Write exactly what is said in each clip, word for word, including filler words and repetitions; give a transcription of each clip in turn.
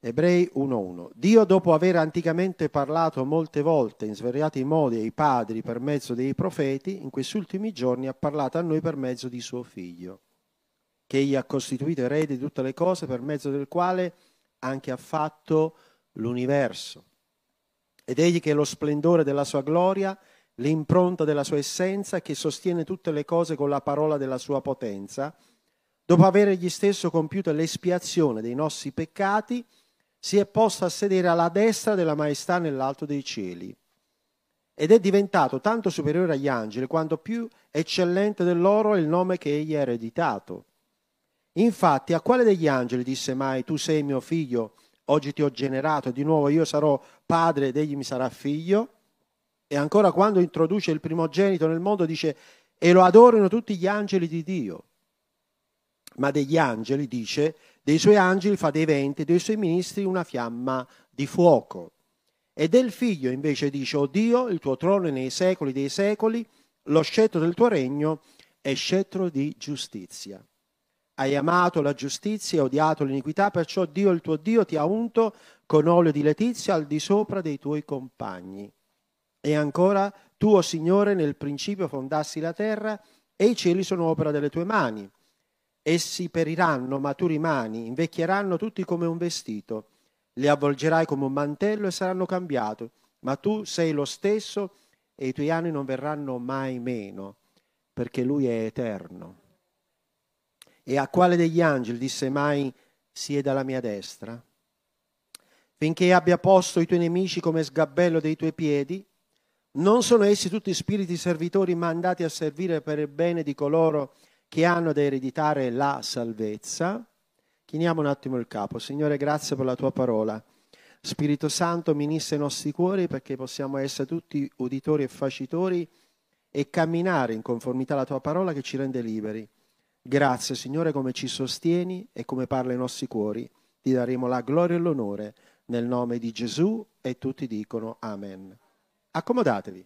Ebrei uno uno. Dio, dopo aver anticamente parlato molte volte in svariati modi ai padri per mezzo dei profeti, in questi ultimi giorni ha parlato a noi per mezzo di suo Figlio, che egli ha costituito erede di tutte le cose, per mezzo del quale anche ha fatto l'universo. Ed egli che è lo splendore della sua gloria, l'impronta della sua essenza, che sostiene tutte le cose con la parola della sua potenza, dopo aver egli stesso compiuto l'espiazione dei nostri peccati, si è posto a sedere alla destra della maestà nell'alto dei cieli ed è diventato tanto superiore agli angeli quanto più eccellente del loro è il nome che egli ha ereditato. Infatti, a quale degli angeli disse mai: tu sei mio figlio, oggi ti ho generato e di nuovo io sarò padre ed egli mi sarà figlio? E ancora, quando introduce il primogenito nel mondo, dice: e lo adorano tutti gli angeli di Dio. Ma degli angeli dice: dei suoi angeli fa dei venti, dei suoi ministri una fiamma di fuoco. E del figlio invece dice: o Dio, il tuo trono è nei secoli dei secoli, lo scettro del tuo regno è scettro di giustizia. Hai amato la giustizia e odiato l'iniquità, perciò Dio, il tuo Dio, ti ha unto con olio di letizia al di sopra dei tuoi compagni. E ancora, tu, o Signore, nel principio fondassi la terra e i cieli sono opera delle tue mani. Essi periranno, ma tu rimani, invecchieranno tutti come un vestito, li avvolgerai come un mantello e saranno cambiati, ma tu sei lo stesso e i tuoi anni non verranno mai meno, perché Lui è eterno. E a quale degli angeli disse mai: sieda alla mia destra, finché abbia posto i tuoi nemici come sgabello dei tuoi piedi? Non sono essi tutti spiriti servitori mandati a servire per il bene di coloro che hanno da ereditare la salvezza? Chiniamo un attimo il capo. Signore, grazie per la tua parola. Spirito Santo, ministra i nostri cuori perché possiamo essere tutti uditori e facitori e camminare in conformità alla tua parola che ci rende liberi. Grazie, Signore, come ci sostieni e come parla ai nostri cuori. Ti daremo la gloria e l'onore nel nome di Gesù, e tutti dicono Amen. Accomodatevi.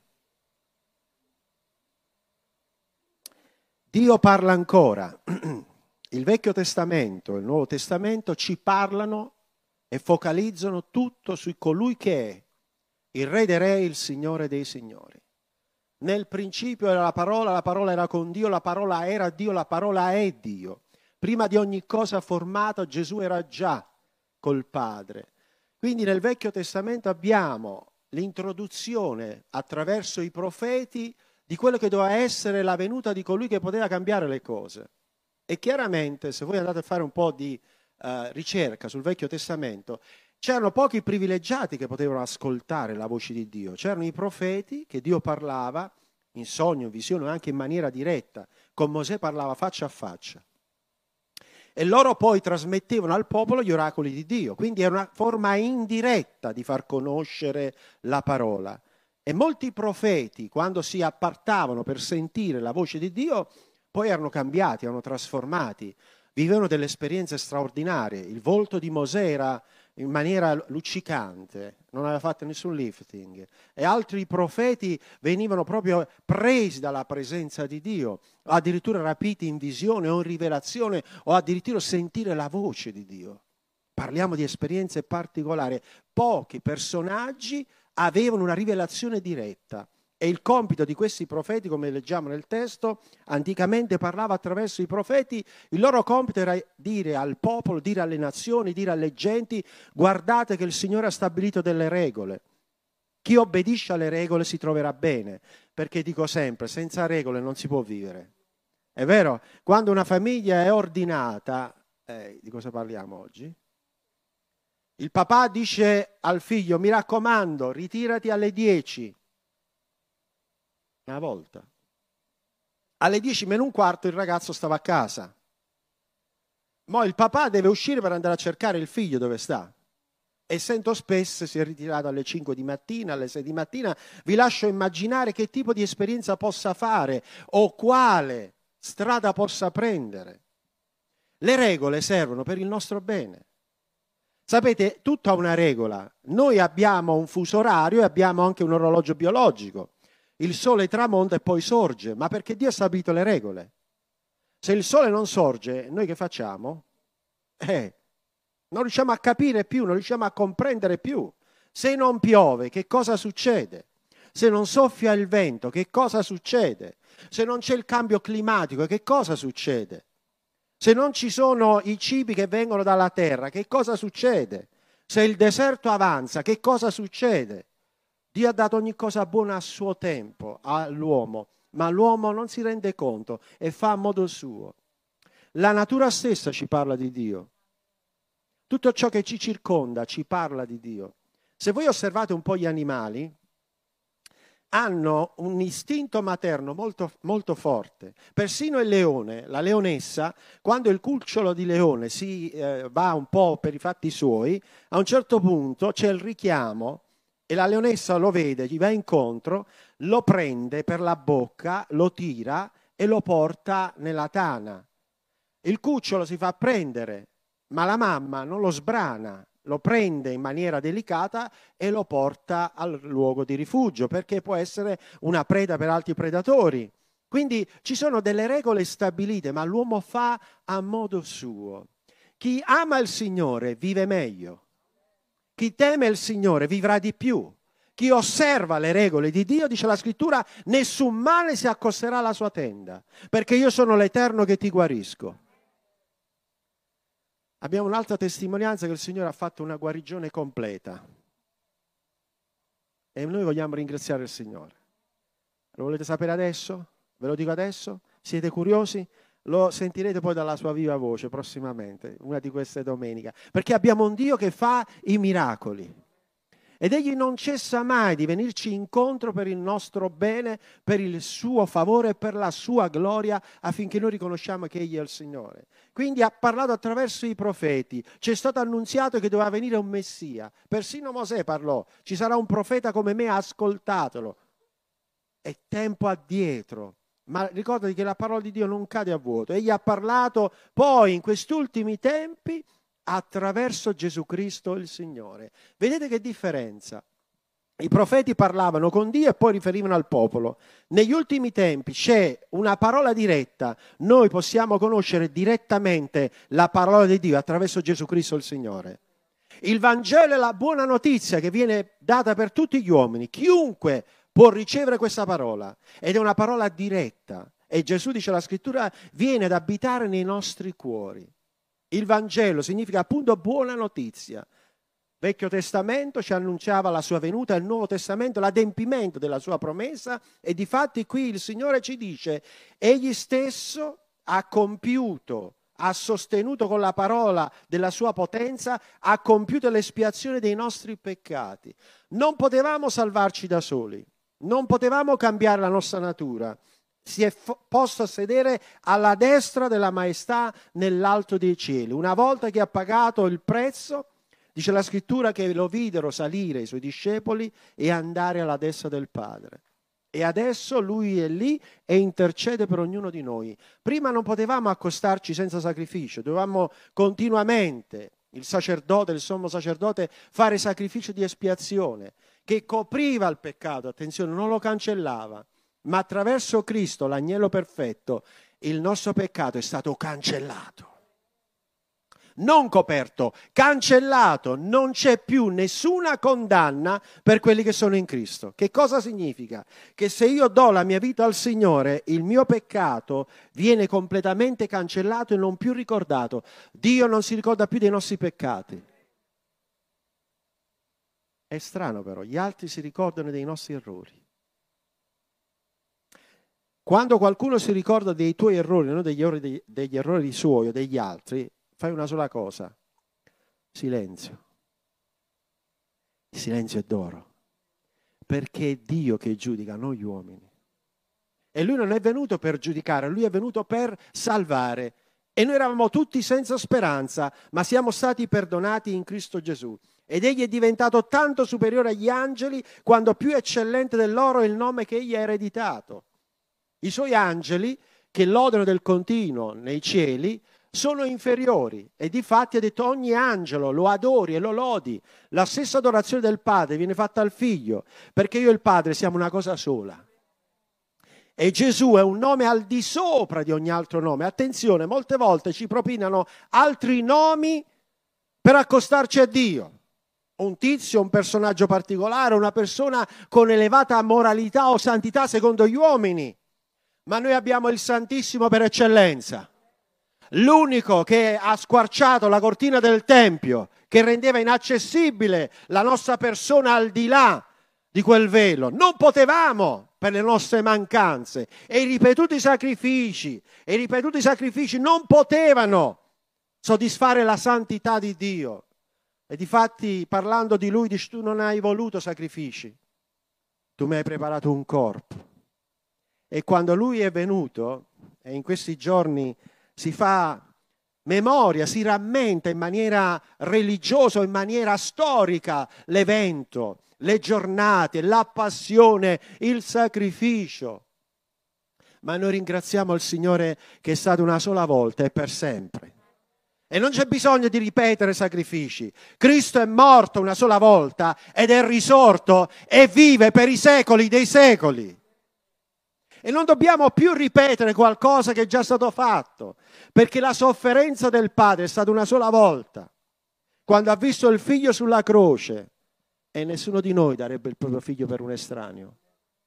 Dio parla ancora. Il Vecchio Testamento e il Nuovo Testamento ci parlano e focalizzano tutto su colui che è il Re dei Re, il Signore dei Signori. Nel principio era la parola, la parola era con Dio, la parola era Dio, la parola è Dio. Prima di ogni cosa formata Gesù era già col Padre. Quindi nel Vecchio Testamento abbiamo l'introduzione attraverso i profeti di quello che doveva essere la venuta di colui che poteva cambiare le cose. E chiaramente, se voi andate a fare un po' di uh, ricerca sul Vecchio Testamento, c'erano pochi privilegiati che potevano ascoltare la voce di Dio. C'erano i profeti che Dio parlava in sogno, in visione, anche in maniera diretta. Con Mosè parlava faccia a faccia. E loro poi trasmettevano al popolo gli oracoli di Dio. Quindi era una forma indiretta di far conoscere la parola. E molti profeti, quando si appartavano per sentire la voce di Dio, poi erano cambiati, erano trasformati, vivevano delle esperienze straordinarie. Il volto di Mosè era in maniera luccicante, non aveva fatto nessun lifting. E altri profeti venivano proprio presi dalla presenza di Dio, addirittura rapiti in visione o in rivelazione, o addirittura sentire la voce di Dio. Parliamo di esperienze particolari. Pochi personaggi avevano una rivelazione diretta. E il compito di questi profeti, come leggiamo nel testo, anticamente parlava attraverso i profeti, il loro compito era dire al popolo, dire alle nazioni, dire alle genti: guardate che il Signore ha stabilito delle regole. Chi obbedisce alle regole si troverà bene, perché dico sempre, senza regole non si può vivere. È vero? Quando una famiglia è ordinata, eh, di cosa parliamo oggi? Il papà dice al figlio: mi raccomando, ritirati alle dieci. Una volta. Alle dieci meno un quarto il ragazzo stava a casa. Mo' il papà deve uscire per andare a cercare il figlio dove sta. E sento spesso si è ritirato alle cinque di mattina, alle sei di mattina. Vi lascio immaginare che tipo di esperienza possa fare o quale strada possa prendere. Le regole servono per il nostro bene. Sapete, tutto ha una regola. Noi abbiamo un fuso orario e abbiamo anche un orologio biologico. Il sole tramonta e poi sorge, ma perché Dio ha stabilito le regole. Se il sole non sorge, noi che facciamo? Eh, Non riusciamo a capire più, non riusciamo a comprendere più. Se non piove, che cosa succede? Se non soffia il vento, che cosa succede? Se non c'è il cambio climatico, che cosa succede? Se non ci sono i cibi che vengono dalla terra, che cosa succede? Se il deserto avanza, che cosa succede? Dio ha dato ogni cosa buona a suo tempo all'uomo, ma l'uomo non si rende conto e fa a modo suo. La natura stessa ci parla di Dio. Tutto ciò che ci circonda ci parla di Dio. Se voi osservate un po' gli animali, hanno un istinto materno molto, molto forte. Persino il leone, la leonessa, quando il cucciolo di leone si eh, va un po' per i fatti suoi, a un certo punto c'è il richiamo e la leonessa lo vede, gli va incontro, lo prende per la bocca, lo tira e lo porta nella tana. Il cucciolo si fa prendere, ma la mamma non lo sbrana, lo prende in maniera delicata e lo porta al luogo di rifugio, perché può essere una preda per altri predatori. Quindi ci sono delle regole stabilite, ma l'uomo fa a modo suo. Chi ama il Signore vive meglio. Chi teme il Signore vivrà di più. Chi osserva le regole di Dio, dice la Scrittura, nessun male si accosterà alla sua tenda, perché io sono l'Eterno che ti guarisco. Abbiamo un'altra testimonianza che il Signore ha fatto una guarigione completa. E noi vogliamo ringraziare il Signore. Lo volete sapere adesso? Ve lo dico adesso? Siete curiosi? Lo sentirete poi dalla sua viva voce prossimamente, una di queste domeniche. Perché abbiamo un Dio che fa i miracoli. Ed Egli non cessa mai di venirci incontro per il nostro bene, per il suo favore e per la sua gloria, affinché noi riconosciamo che Egli è il Signore. Quindi ha parlato attraverso i profeti, ci è stato annunziato che doveva venire un Messia. Persino Mosè parlò, ci sarà un profeta come me, ascoltatelo. È tempo addietro. Ma ricordati che la parola di Dio non cade a vuoto. Egli ha parlato poi in questi ultimi tempi attraverso Gesù Cristo il Signore. Vedete che differenza? I profeti parlavano con Dio e poi riferivano al popolo. Negli ultimi tempi c'è una parola diretta. Noi possiamo conoscere direttamente la parola di Dio attraverso Gesù Cristo il Signore. Il Vangelo è la buona notizia che viene data per tutti gli uomini. Chiunque può ricevere questa parola ed è una parola diretta. E Gesù, dice la Scrittura, viene ad abitare nei nostri cuori. Il Vangelo significa appunto buona notizia. Vecchio Testamento ci annunciava la sua venuta, il Nuovo Testamento l'adempimento della sua promessa, e difatti qui il Signore ci dice: egli stesso ha compiuto, ha sostenuto con la parola della sua potenza, ha compiuto l'espiazione dei nostri peccati. Non potevamo salvarci da soli, non potevamo cambiare la nostra natura. Si è posto a sedere alla destra della maestà nell'alto dei cieli. Una volta che ha pagato il prezzo, dice la Scrittura che lo videro salire i suoi discepoli e andare alla destra del Padre. E adesso lui è lì e intercede per ognuno di noi. Prima non potevamo accostarci senza sacrificio, dovevamo continuamente, il sacerdote, il sommo sacerdote, fare sacrificio di espiazione che copriva il peccato, attenzione, non lo cancellava. Ma attraverso Cristo, l'agnello perfetto, il nostro peccato è stato cancellato. Non coperto, cancellato. Non c'è più nessuna condanna per quelli che sono in Cristo. Che cosa significa? Che se io do la mia vita al Signore, il mio peccato viene completamente cancellato e non più ricordato. Dio non si ricorda più dei nostri peccati. È strano però, gli altri si ricordano dei nostri errori. Quando qualcuno si ricorda dei tuoi errori, non degli errori, degli errori suoi o degli altri, fai una sola cosa: silenzio. Il silenzio è d'oro, perché è Dio che giudica, non gli uomini. E Lui non è venuto per giudicare, Lui è venuto per salvare. E noi eravamo tutti senza speranza, ma siamo stati perdonati in Cristo Gesù. Ed Egli è diventato tanto superiore agli angeli, quando più eccellente del loro è il nome che Egli ha ereditato. I suoi angeli, che lodano del continuo nei cieli, sono inferiori, e difatti ha detto: ogni angelo lo adori e lo lodi. La stessa adorazione del Padre viene fatta al Figlio, perché io e il Padre siamo una cosa sola. E Gesù è un nome al di sopra di ogni altro nome. Attenzione, molte volte ci propinano altri nomi per accostarci a Dio. Un tizio, un personaggio particolare, una persona con elevata moralità o santità secondo gli uomini. Ma noi abbiamo il Santissimo per eccellenza. L'unico che ha squarciato la cortina del Tempio, che rendeva inaccessibile la nostra persona al di là di quel velo. Non potevamo per le nostre mancanze e i ripetuti sacrifici, e i ripetuti sacrifici non potevano soddisfare la santità di Dio. E difatti, parlando di Lui, dici: tu non hai voluto sacrifici, tu mi hai preparato un corpo. E quando Lui è venuto, e in questi giorni si fa memoria, si rammenta in maniera religiosa o in maniera storica l'evento, le giornate, la passione, il sacrificio. Ma noi ringraziamo il Signore che è stato una sola volta e per sempre. E non c'è bisogno di ripetere sacrifici. Cristo è morto una sola volta ed è risorto e vive per i secoli dei secoli. E non dobbiamo più ripetere qualcosa che è già stato fatto, perché la sofferenza del Padre è stata una sola volta, quando ha visto il Figlio sulla croce, e nessuno di noi darebbe il proprio figlio per un estraneo.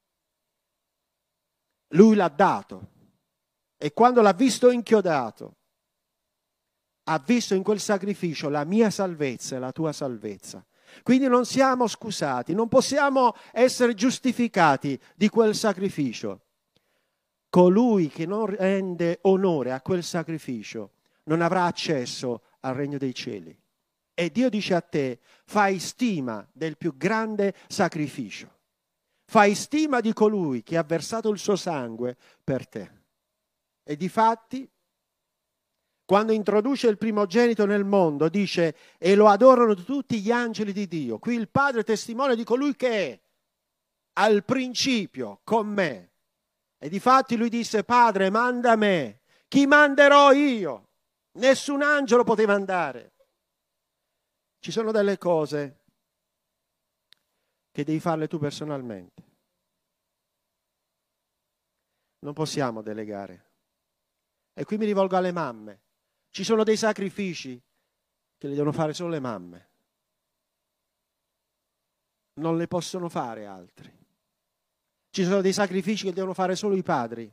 Lui l'ha dato, e quando l'ha visto inchiodato, ha visto in quel sacrificio la mia salvezza e la tua salvezza. Quindi non siamo scusati, non possiamo essere giustificati di quel sacrificio. Colui che non rende onore a quel sacrificio non avrà accesso al regno dei cieli. E Dio dice a te: fai stima del più grande sacrificio. Fai stima di colui che ha versato il suo sangue per te. E difatti, quando introduce il primogenito nel mondo, dice: e lo adorano tutti gli angeli di Dio. Qui il Padre è testimone di colui che è al principio con me. E difatti lui disse: Padre, manda me. Chi manderò io? Nessun angelo poteva andare. Ci sono delle cose che devi farle tu personalmente. Non possiamo delegare. E qui mi rivolgo alle mamme. Ci sono dei sacrifici che li devono fare solo le mamme. Non le possono fare altri. Ci sono dei sacrifici che devono fare solo i padri.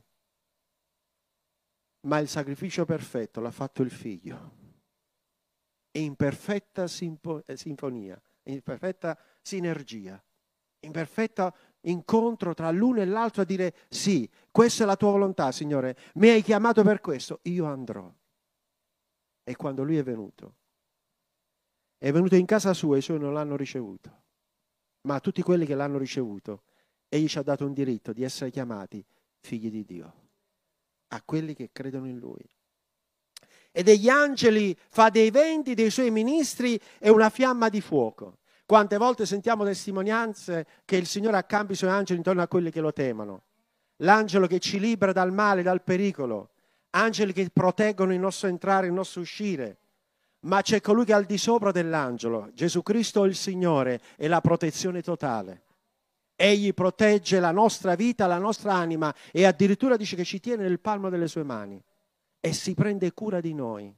Ma il sacrificio perfetto l'ha fatto il Figlio. In perfetta simpo- sinfonia, in perfetta sinergia, in perfetto incontro tra l'uno e l'altro, a dire: sì, questa è la tua volontà, Signore, mi hai chiamato per questo, io andrò. E quando lui è venuto, è venuto in casa sua e i suoi non l'hanno ricevuto, ma a tutti quelli che l'hanno ricevuto egli ci ha dato un diritto di essere chiamati figli di Dio, a quelli che credono in lui. E degli angeli fa dei venti, dei suoi ministri e una fiamma di fuoco. Quante volte sentiamo testimonianze che il Signore accampa i suoi angeli intorno a quelli che lo temono. L'angelo che ci libera dal male, dal pericolo. Angeli che proteggono il nostro entrare, il nostro uscire. Ma c'è colui che è al di sopra dell'angelo. Gesù Cristo il Signore è la protezione totale. Egli protegge la nostra vita, la nostra anima, e addirittura dice che ci tiene nel palmo delle sue mani e si prende cura di noi.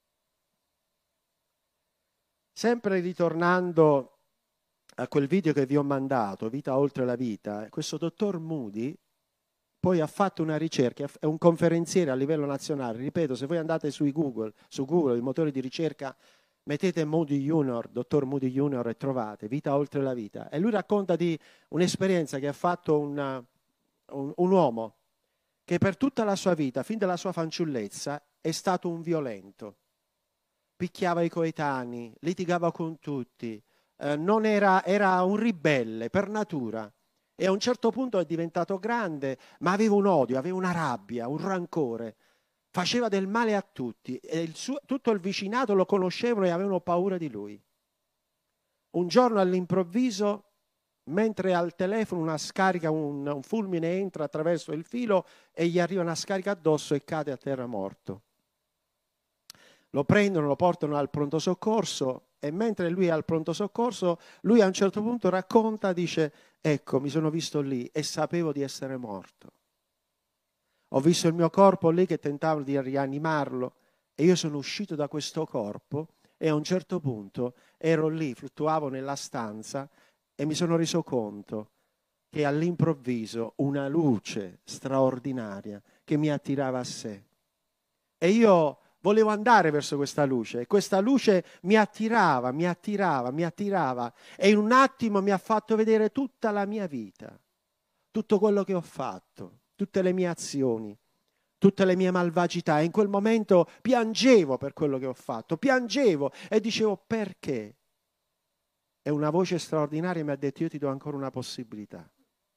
Sempre ritornando a quel video che vi ho mandato, Vita oltre la vita, questo dottor Moody poi ha fatto una ricerca, è un conferenziere a livello nazionale. Ripeto, se voi andate su Google, su Google, i motori di ricerca, mettete Moody Junior, dottor Moody Junior, e trovate Vita oltre la vita. E lui racconta di un'esperienza che ha fatto una, un, un uomo che per tutta la sua vita, fin dalla sua fanciullezza, è stato un violento. Picchiava i coetanei, litigava con tutti, eh, non era, era un ribelle per natura. E a un certo punto è diventato grande, ma aveva un odio, aveva una rabbia, un rancore. Faceva del male a tutti e il suo, tutto il vicinato lo conoscevano e avevano paura di lui. Un giorno all'improvviso, mentre al telefono una scarica, un, un fulmine entra attraverso il filo e gli arriva una scarica addosso e cade a terra morto. Lo prendono, lo portano al pronto soccorso e mentre lui è al pronto soccorso, lui a un certo punto racconta, dice: ecco, mi sono visto lì e sapevo di essere morto. Ho visto il mio corpo lì che tentavano di rianimarlo e io sono uscito da questo corpo E a un certo punto ero lì, fluttuavo nella stanza e mi sono reso conto che all'improvviso una luce straordinaria che mi attirava a sé. E io volevo andare verso questa luce e questa luce mi attirava, mi attirava, mi attirava e in un attimo mi ha fatto vedere tutta la mia vita, tutto quello che ho fatto, tutte le mie azioni, tutte le mie malvagità. E in quel momento piangevo per quello che ho fatto, piangevo e dicevo perché? E una voce straordinaria mi ha detto io ti do ancora una possibilità.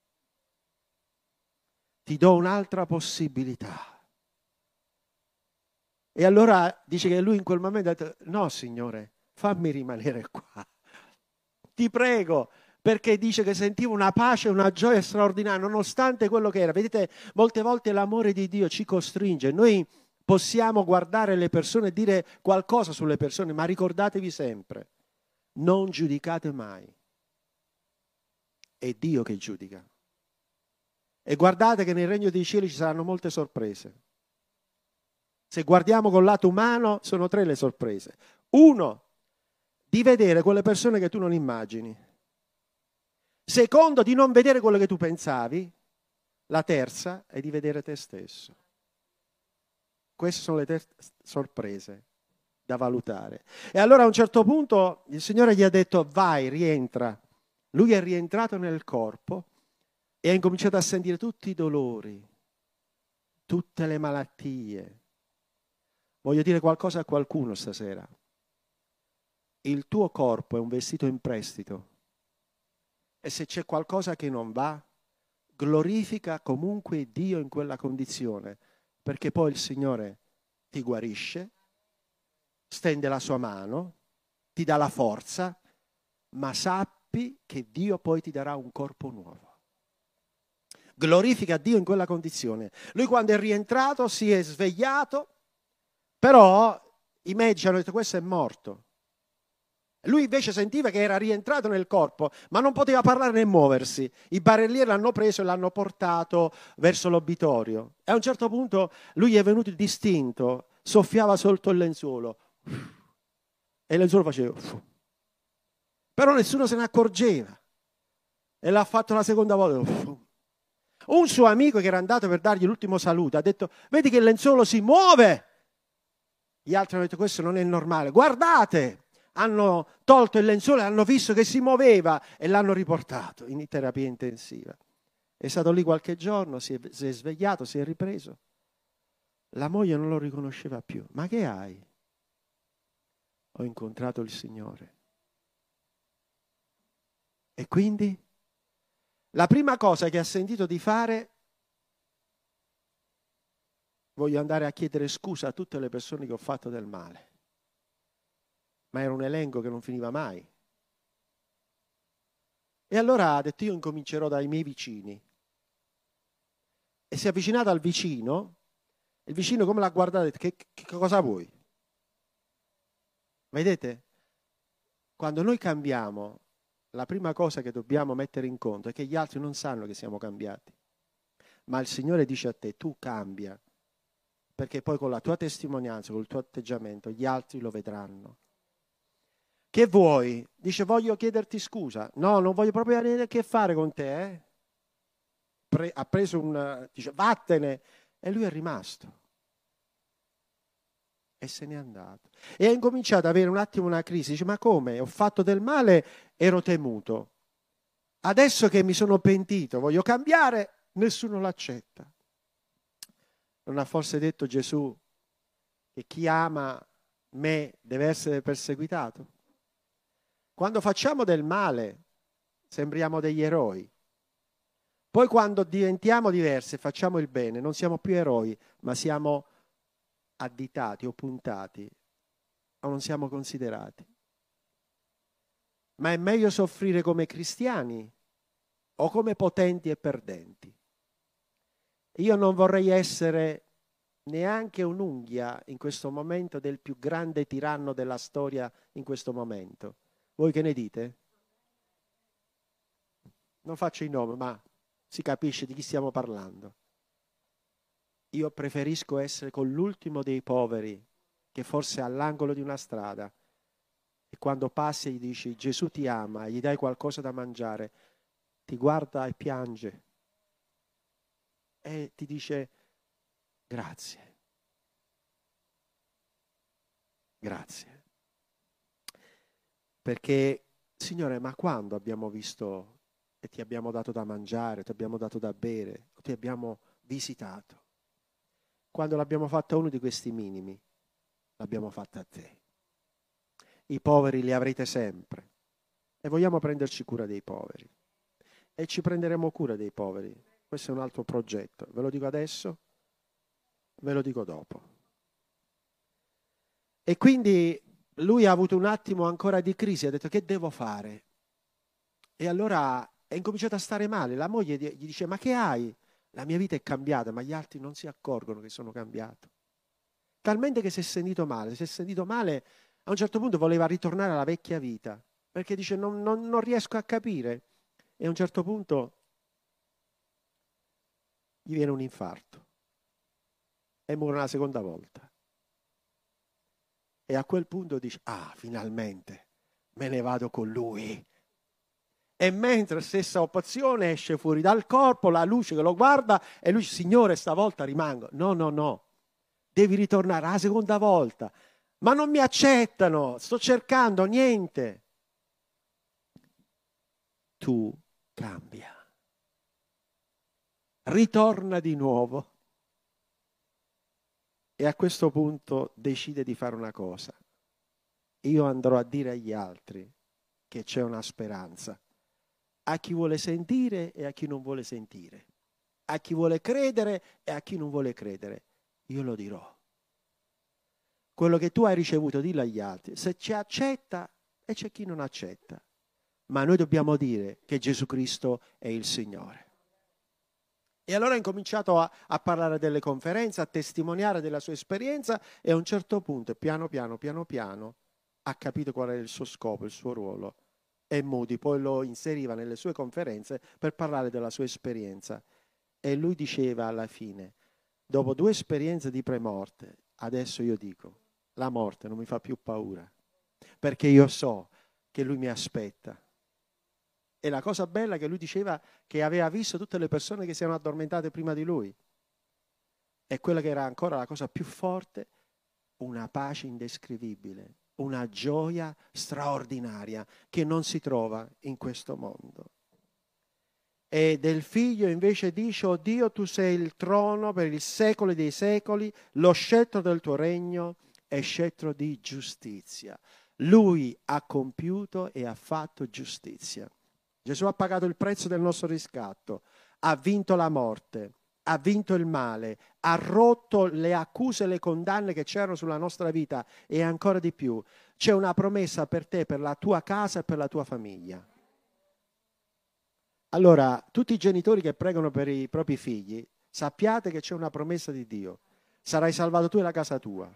Ti do un'altra possibilità. E allora dice che lui in quel momento ha detto no Signore, fammi rimanere qua. Ti prego, perché dice che sentiva una pace, una gioia straordinaria, nonostante quello che era. Vedete, molte volte l'amore di Dio ci costringe. Noi possiamo guardare le persone e dire qualcosa sulle persone, ma ricordatevi sempre, non giudicate mai. È Dio che giudica. E guardate che nel regno dei cieli ci saranno molte sorprese. Se guardiamo col lato umano, sono tre le sorprese. Uno, di vedere quelle persone che tu non immagini. Secondo, di non vedere quello che tu pensavi. La terza è di vedere te stesso. Queste sono le tre sorprese da valutare. E allora a un certo punto il Signore gli ha detto vai, rientra. Lui è rientrato nel corpo e ha incominciato a sentire tutti i dolori, tutte le malattie. Voglio dire qualcosa a qualcuno stasera. Il tuo corpo è un vestito in prestito e se c'è qualcosa che non va, glorifica comunque Dio in quella condizione, perché poi il Signore ti guarisce, stende la sua mano, ti dà la forza, ma sappi che Dio poi ti darà un corpo nuovo. Glorifica Dio in quella condizione. Lui quando è rientrato si è svegliato, però i medici hanno detto questo è morto. Lui invece sentiva che era rientrato nel corpo, ma non poteva parlare né muoversi. I barellieri l'hanno preso e l'hanno portato verso l'obitorio. E a un certo punto lui è venuto distinto, soffiava sotto il lenzuolo e il lenzuolo faceva. Però nessuno se ne accorgeva e l'ha fatto la seconda volta. Un suo amico che era andato per dargli l'ultimo saluto ha detto vedi che il lenzuolo si muove. Gli altri hanno detto questo non è normale, guardate. Hanno tolto il lenzuolo e hanno visto che si muoveva e l'hanno riportato in terapia intensiva. È stato lì qualche giorno, si è, si è svegliato, si è ripreso. La moglie non lo riconosceva più. Ma che hai? Ho incontrato il Signore. E quindi? La prima cosa che ha sentito di fare, voglio andare a chiedere scusa a tutte le persone che ho fatto del male. Ma era un elenco che non finiva mai. E allora ha detto io incomincerò dai miei vicini. E si è avvicinato al vicino, il vicino come l'ha guardato ha detto che, che cosa vuoi? Vedete? Quando noi cambiamo, la prima cosa che dobbiamo mettere in conto è che gli altri non sanno che siamo cambiati. Ma il Signore dice a te, tu cambia, perché poi con la tua testimonianza, col tuo atteggiamento, gli altri lo vedranno. Che vuoi? Dice, voglio chiederti scusa. No, non voglio proprio avere a che fare con te. Eh? Pre- ha preso un... dice, vattene. E lui è rimasto. E se n'è andato. E ha incominciato ad avere un attimo una crisi. Dice, ma come? Ho fatto del male, ero temuto. Adesso che mi sono pentito, voglio cambiare, nessuno l'accetta. Non ha forse detto Gesù che chi ama me deve essere perseguitato? Quando facciamo del male sembriamo degli eroi. Poi quando diventiamo diversi e facciamo il bene non siamo più eroi, ma siamo additati o puntati o non siamo considerati. Ma è meglio soffrire come cristiani o come potenti e perdenti. Io non vorrei essere neanche un'unghia in questo momento del più grande tiranno della storia in questo momento. Voi che ne dite? Non faccio il nome, ma si capisce di chi stiamo parlando. Io preferisco essere con l'ultimo dei poveri, che forse è all'angolo di una strada, E quando passi e gli dici Gesù ti ama, e gli dai qualcosa da mangiare, ti guarda e piange e ti dice grazie, grazie. Perché, Signore, ma quando abbiamo visto e ti abbiamo dato da mangiare, ti abbiamo dato da bere, ti abbiamo visitato? Quando l'abbiamo fatta a uno di questi minimi, l'abbiamo fatta a te. I poveri li avrete sempre e vogliamo prenderci cura dei poveri. E ci prenderemo cura dei poveri. Questo è un altro progetto. Ve lo dico adesso, ve lo dico dopo. E quindi lui ha avuto un attimo ancora di crisi, ha detto che devo fare? E allora è incominciato a stare male. La moglie gli dice ma che hai? La mia vita è cambiata, ma gli altri non si accorgono che sono cambiato. Talmente che si è sentito male, si è sentito male, a un certo punto voleva ritornare alla vecchia vita, perché dice non, non, non riesco a capire. E a un certo punto gli viene un infarto e muore una seconda volta. E a quel punto dice, ah, finalmente me ne vado con lui. E mentre stessa opzione esce fuori dal corpo, la luce che lo guarda e lui dice, Signore, stavolta rimango. No, no, no, devi ritornare la seconda volta. Ma non mi accettano, sto cercando niente. Tu cambia. Ritorna di nuovo. E a questo punto decide di fare una cosa. Io andrò a dire agli altri che c'è una speranza. A chi vuole sentire e a chi non vuole sentire. A chi vuole credere e a chi non vuole credere. Io lo dirò. Quello che tu hai ricevuto, dillo agli altri. Se ci accetta e c'è chi non accetta. Ma noi dobbiamo dire che Gesù Cristo è il Signore. E allora ha incominciato a, a parlare delle conferenze, a testimoniare della sua esperienza e a un certo punto, piano piano, piano piano, ha capito qual era il suo scopo, il suo ruolo. E Moody poi lo inseriva nelle sue conferenze per parlare della sua esperienza. E lui diceva alla fine, dopo due esperienze di premorte, adesso io dico, la morte non mi fa più paura, perché io so che lui mi aspetta. E la cosa bella è che lui diceva che aveva visto tutte le persone che si erano addormentate prima di lui. E quella che era ancora la cosa più forte, una pace indescrivibile, una gioia straordinaria che non si trova in questo mondo. E del figlio invece dice, oh Dio, tu sei il trono per il secolo dei secoli, lo scettro del tuo regno è scettro di giustizia. Lui ha compiuto e ha fatto giustizia. Gesù ha pagato il prezzo del nostro riscatto, ha vinto la morte, ha vinto il male, ha rotto le accuse e le condanne che c'erano sulla nostra vita e ancora di più. C'è una promessa per te, per la tua casa e per la tua famiglia. Allora, tutti i genitori che pregano per i propri figli, sappiate che c'è una promessa di Dio. Sarai salvato tu e la casa tua.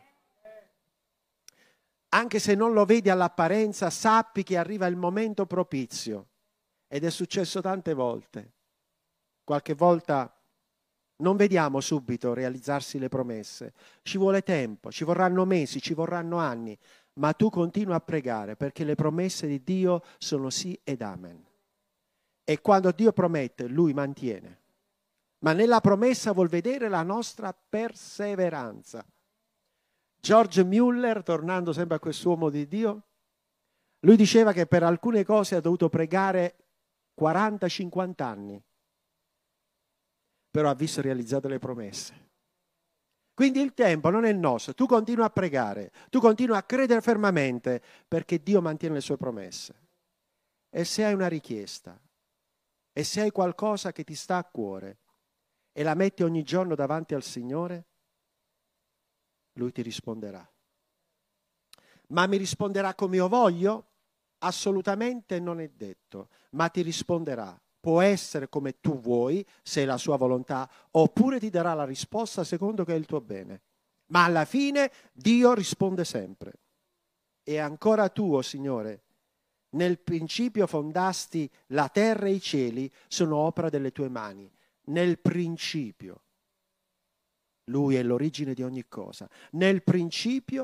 Anche se non lo vedi all'apparenza, sappi che arriva il momento propizio. Ed è successo tante volte. Qualche volta non vediamo subito realizzarsi le promesse. Ci vuole tempo, ci vorranno mesi, ci vorranno anni, ma tu continua a pregare perché le promesse di Dio sono sì ed amen. E quando Dio promette, Lui mantiene. Ma nella promessa vuol vedere la nostra perseveranza. George Mueller, tornando sempre a quest'uomo di Dio, lui diceva che per alcune cose ha dovuto pregare quaranta cinquanta anni, però ha visto realizzate le promesse. Quindi il tempo non è il nostro, tu continua a pregare, tu continua a credere fermamente perché Dio mantiene le sue promesse. E se hai una richiesta, e se hai qualcosa che ti sta a cuore e la metti ogni giorno davanti al Signore, Lui ti risponderà. Ma mi risponderà come io voglio? Assolutamente non è detto, ma ti risponderà. Può essere come tu vuoi, se è la sua volontà, oppure ti darà la risposta secondo che è il tuo bene. Ma alla fine Dio risponde sempre. E ancora tu, oh Signore, nel principio fondasti la terra e i cieli, sono opera delle tue mani. Nel principio. Lui è l'origine di ogni cosa. Nel principio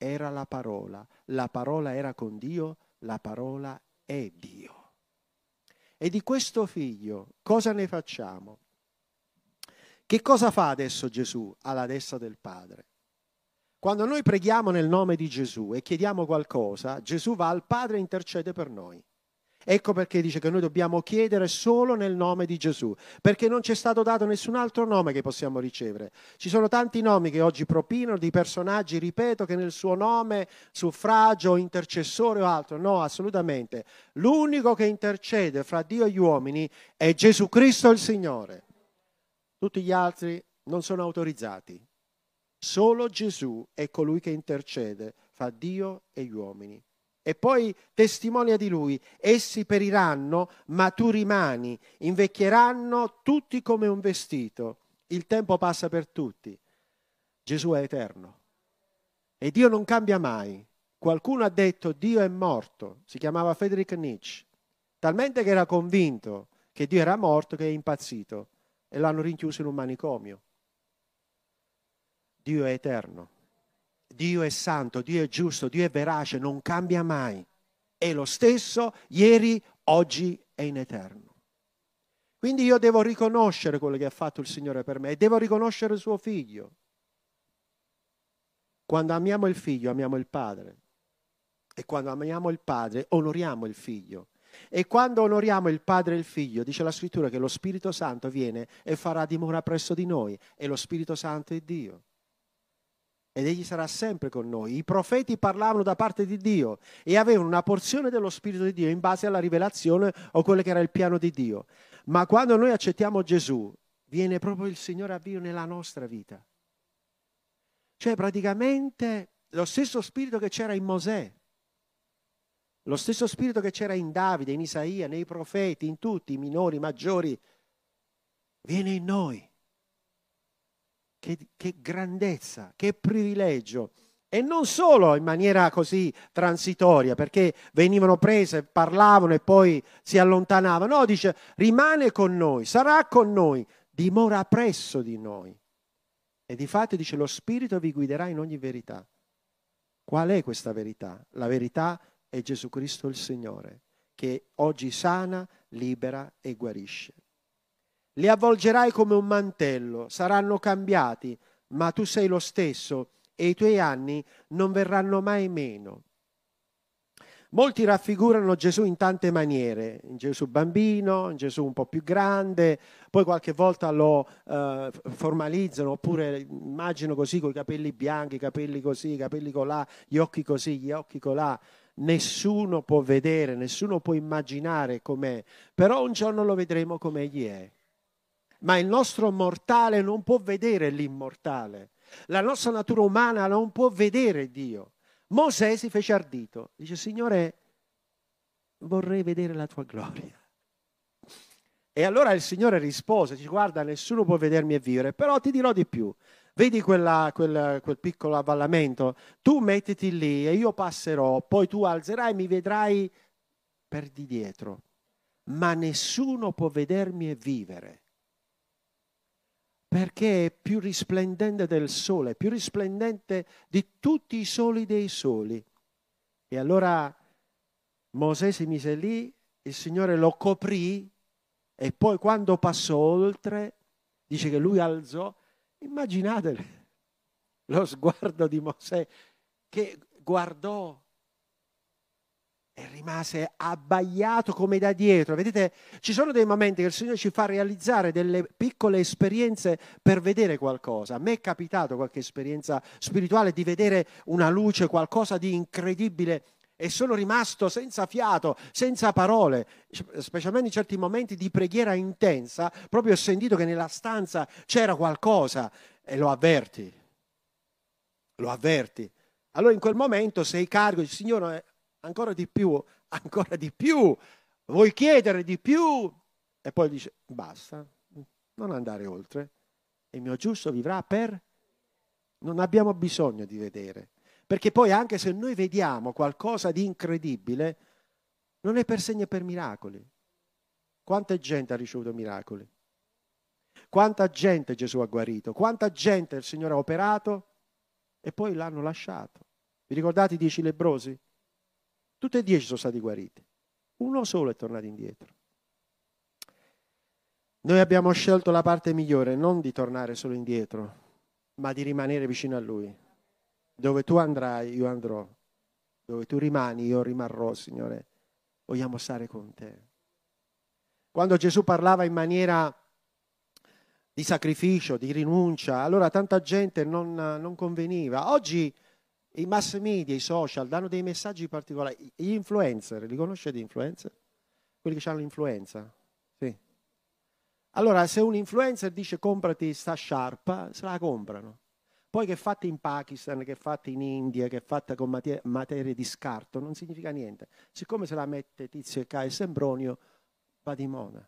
era la parola, la parola era con Dio, la parola è Dio. E di questo figlio cosa ne facciamo? Che cosa fa adesso Gesù alla destra del Padre? Quando noi preghiamo nel nome di Gesù e chiediamo qualcosa, Gesù va al Padre e intercede per noi. Ecco perché dice che noi dobbiamo chiedere solo nel nome di Gesù, perché non ci è stato dato nessun altro nome che possiamo ricevere. Ci sono tanti nomi che oggi propinano di personaggi, ripeto, che nel suo nome, suffragio, intercessore o altro. No, assolutamente. L'unico che intercede fra Dio e gli uomini è Gesù Cristo il Signore. Tutti gli altri non sono autorizzati. Solo Gesù è colui che intercede fra Dio e gli uomini. E poi testimonia di lui: essi periranno, ma tu rimani, invecchieranno tutti come un vestito. Il tempo passa per tutti. Gesù è eterno e Dio non cambia mai. Qualcuno ha detto Dio è morto, si chiamava Friedrich Nietzsche, talmente che era convinto che Dio era morto che è impazzito e l'hanno rinchiuso in un manicomio. Dio è eterno. Dio è santo, Dio è giusto, Dio è verace, non cambia mai. È lo stesso ieri, oggi e in eterno. Quindi io devo riconoscere quello che ha fatto il Signore per me e devo riconoscere suo figlio. Quando amiamo il figlio, amiamo il Padre. E quando amiamo il Padre, onoriamo il figlio. E quando onoriamo il Padre e il Figlio, dice la Scrittura che lo Spirito Santo viene e farà dimora presso di noi. E lo Spirito Santo è Dio. Ed egli sarà sempre con noi. I profeti parlavano da parte di Dio e avevano una porzione dello Spirito di Dio in base alla rivelazione o quello che era il piano di Dio. Ma quando noi accettiamo Gesù, viene proprio il Signore a vivere nella nostra vita. Cioè praticamente lo stesso Spirito che c'era in Mosè, lo stesso Spirito che c'era in Davide, in Isaia, nei profeti, in tutti, i minori, i maggiori, viene in noi. Che, che grandezza, che privilegio. E non solo in maniera così transitoria, perché venivano prese, parlavano e poi si allontanavano. No, dice, rimane con noi, sarà con noi, dimora presso di noi. E difatti dice, lo Spirito vi guiderà in ogni verità. Qual è questa verità? La verità è Gesù Cristo il Signore, che oggi sana, libera e guarisce. Li avvolgerai come un mantello, saranno cambiati, ma tu sei lo stesso e i tuoi anni non verranno mai meno. Molti raffigurano Gesù in tante maniere, in Gesù bambino, in Gesù un po' più grande, poi qualche volta lo eh, formalizzano, oppure immagino così, con i capelli bianchi, i capelli così, i capelli colà, gli occhi così, gli occhi colà. Nessuno può vedere, nessuno può immaginare com'è, però un giorno lo vedremo come egli è. Ma il nostro mortale non può vedere l'immortale. La nostra natura umana non può vedere Dio. Mosè si fece ardito. Dice, Signore, vorrei vedere la tua gloria. E allora il Signore rispose, dice, guarda, nessuno può vedermi e vivere, però ti dirò di più. Vedi quella, quel, quel piccolo avvallamento? Tu mettiti lì e io passerò, poi tu alzerai e mi vedrai per di dietro. Ma nessuno può vedermi e vivere. Perché è più risplendente del sole, più risplendente di tutti i soli dei soli. E allora Mosè si mise lì, il Signore lo coprì e poi quando passò oltre, dice che lui alzò, immaginate lo sguardo di Mosè che guardò e rimase abbaiato come da dietro. Vedete, ci sono dei momenti che il Signore ci fa realizzare delle piccole esperienze per vedere qualcosa. A me è capitato qualche esperienza spirituale di vedere una luce, qualcosa di incredibile, e sono rimasto senza fiato, senza parole, specialmente in certi momenti di preghiera intensa. Proprio ho sentito che nella stanza c'era qualcosa e lo avverti. Lo avverti. Allora in quel momento sei carico, dici, Signore, ancora di più, ancora di più, vuoi chiedere di più? E poi dice, basta, non andare oltre. Il mio giusto vivrà per... Non abbiamo bisogno di vedere. Perché poi anche se noi vediamo qualcosa di incredibile, non è per segni e per miracoli. Quanta gente ha ricevuto miracoli? Quanta gente Gesù ha guarito? Quanta gente il Signore ha operato? E poi l'hanno lasciato. Vi ricordate i dieci lebbrosi? Tutti e dieci sono stati guariti. Uno solo è tornato indietro. Noi abbiamo scelto la parte migliore, non di tornare solo indietro, ma di rimanere vicino a Lui. Dove tu andrai, io andrò. Dove tu rimani, io rimarrò, Signore. Vogliamo stare con te. Quando Gesù parlava in maniera di sacrificio, di rinuncia, allora tanta gente non, non conveniva. Oggi i mass media, i social danno dei messaggi particolari. Gli influencer, li conoscete gli influencer? Quelli che hanno l'influenza? Sì. Allora, se un influencer dice comprati sta sciarpa, se la comprano. Poi che è fatta in Pakistan, che è fatta in India, che è fatta con materie, materie di scarto, non significa niente. Siccome se la mette Tizio e Caio e Sempronio, va di moda.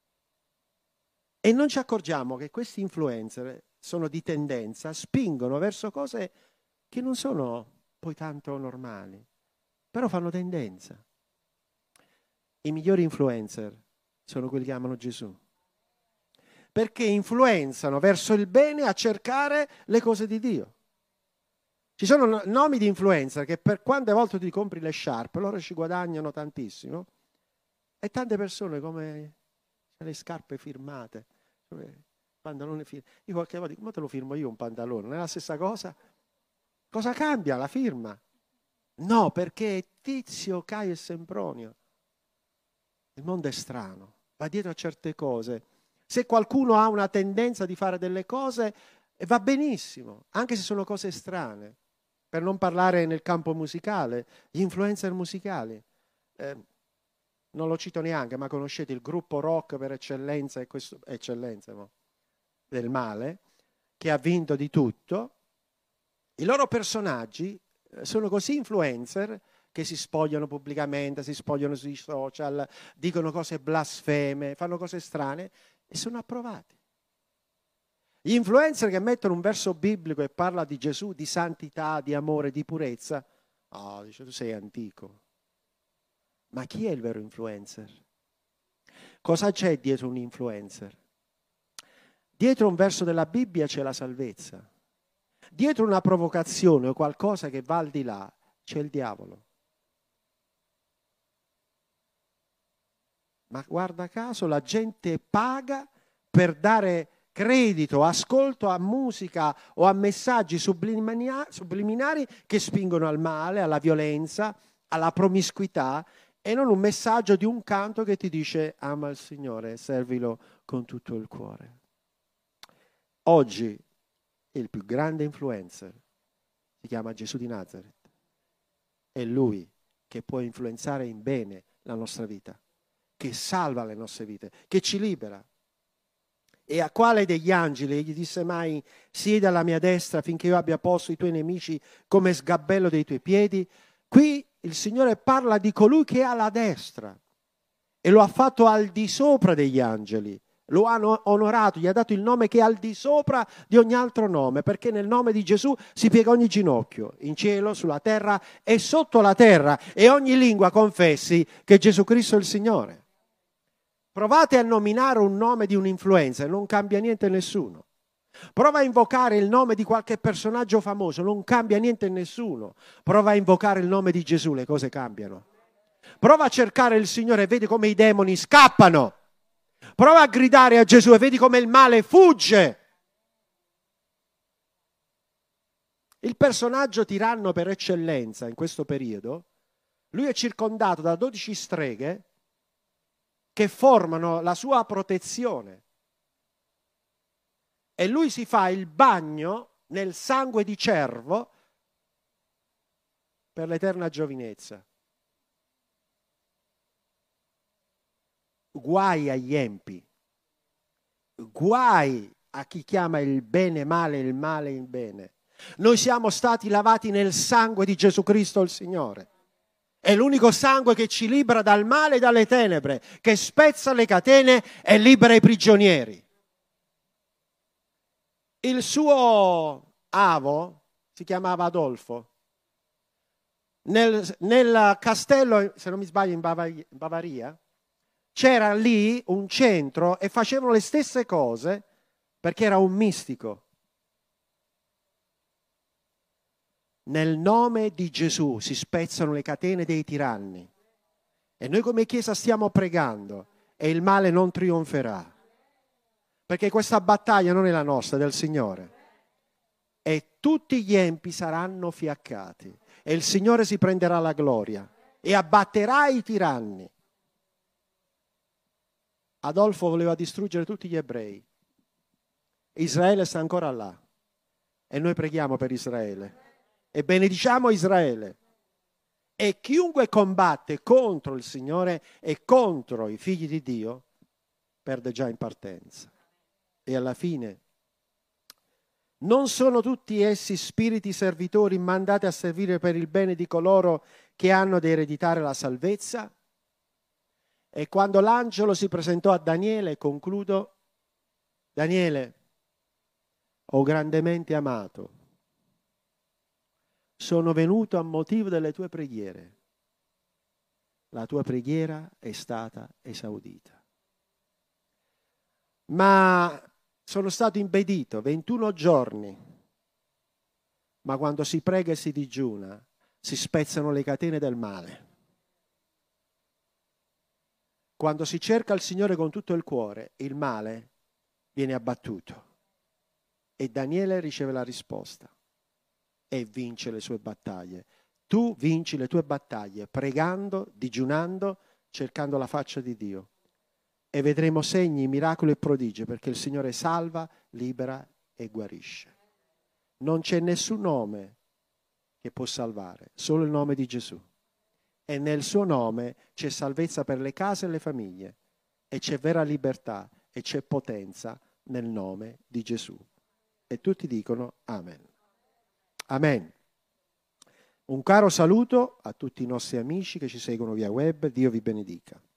E non ci accorgiamo che questi influencer sono di tendenza, spingono verso cose che non sono poi tanto normali, però fanno tendenza. I migliori influencer sono quelli che amano Gesù, perché influenzano verso il bene a cercare le cose di Dio. Ci sono nomi di influencer che per quante volte ti compri le sciarpe, loro ci guadagnano tantissimo, e tante persone come le scarpe firmate, pantalone firmato. Io qualche volta dico, come te lo firmo io un pantalone? Non è la stessa cosa? Cosa cambia la firma? No, perché è Tizio, Caio e Sempronio. Il mondo è strano, va dietro a certe cose. Se qualcuno ha una tendenza di fare delle cose, va benissimo, anche se sono cose strane. Per non parlare nel campo musicale, gli influencer musicali. Eh, non lo cito neanche, ma conoscete il gruppo rock per eccellenza, e questo, eccellenza no? del male, che ha vinto di tutto. I loro personaggi sono così influencer che si spogliano pubblicamente, si spogliano sui social, dicono cose blasfeme, fanno cose strane e sono approvati. Gli influencer che mettono un verso biblico e parla di Gesù, di santità, di amore, di purezza, oh, dice tu sei antico. Ma chi è il vero influencer? Cosa c'è dietro un influencer? Dietro un verso della Bibbia c'è la salvezza. Dietro una provocazione o qualcosa che va al di là c'è il diavolo. Ma guarda caso la gente paga per dare credito, ascolto a musica o a messaggi subliminari che spingono al male, alla violenza, alla promiscuità, e non un messaggio di un canto che ti dice ama il Signore, servilo con tutto il cuore. Oggi il più grande influencer si chiama Gesù di Nazareth. È Lui che può influenzare in bene la nostra vita, che salva le nostre vite, che ci libera. E a quale degli angeli gli disse mai siedi alla mia destra finché io abbia posto i tuoi nemici come sgabello dei tuoi piedi? Qui il Signore parla di colui che è alla destra e lo ha fatto al di sopra degli angeli. Lo hanno onorato, gli ha dato il nome che è al di sopra di ogni altro nome, perché nel nome di Gesù si piega ogni ginocchio, in cielo, sulla terra e sotto la terra, e ogni lingua confessi che Gesù Cristo è il Signore. Provate a nominare un nome di un influencer, non cambia niente a nessuno. Prova a invocare il nome di qualche personaggio famoso, non cambia niente a nessuno. Prova a invocare il nome di Gesù, le cose cambiano. Prova a cercare il Signore e vedi come i demoni scappano. Prova a gridare a Gesù e vedi come il male fugge. Il personaggio tiranno per eccellenza in questo periodo, lui è circondato da dodici streghe che formano la sua protezione. E lui si fa il bagno nel sangue di cervo per l'eterna giovinezza. Guai agli empi, guai a chi chiama il bene male e il male il bene. Noi siamo stati lavati nel sangue di Gesù Cristo il Signore. È l'unico sangue che ci libera dal male e dalle tenebre, che spezza le catene e libera i prigionieri. Il suo avo si chiamava Adolfo. Nel, nel castello, se non mi sbaglio, in Bavaria, in Bavaria, c'era lì un centro e facevano le stesse cose perché era un mistico. Nel nome di Gesù si spezzano le catene dei tiranni. E noi come Chiesa stiamo pregando e il male non trionferà. Perché questa battaglia non è la nostra, è del Signore. E tutti gli empi saranno fiaccati. E il Signore si prenderà la gloria e abbatterà i tiranni. Adolfo voleva distruggere tutti gli ebrei. Israele sta ancora là. E noi preghiamo per Israele. E benediciamo Israele. E chiunque combatte contro il Signore e contro i figli di Dio perde già in partenza. E alla fine non sono tutti essi spiriti servitori mandati a servire per il bene di coloro che hanno da ereditare la salvezza? E quando l'angelo si presentò a Daniele, concludo, Daniele, ho grandemente amato, sono venuto a motivo delle tue preghiere. La tua preghiera è stata esaudita. Ma sono stato impedito ventuno giorni, ma quando si prega e si digiuna, si spezzano le catene del male. Quando si cerca il Signore con tutto il cuore, il male viene abbattuto. E Daniele riceve la risposta e vince le sue battaglie. Tu vinci le tue battaglie pregando, digiunando, cercando la faccia di Dio. E vedremo segni, miracoli e prodigi, perché il Signore salva, libera e guarisce. Non c'è nessun nome che può salvare, solo il nome di Gesù. E nel suo nome c'è salvezza per le case e le famiglie, e c'è vera libertà e c'è potenza nel nome di Gesù. E tutti dicono Amen. Amen. Un caro saluto a tutti i nostri amici che ci seguono via web. Dio vi benedica.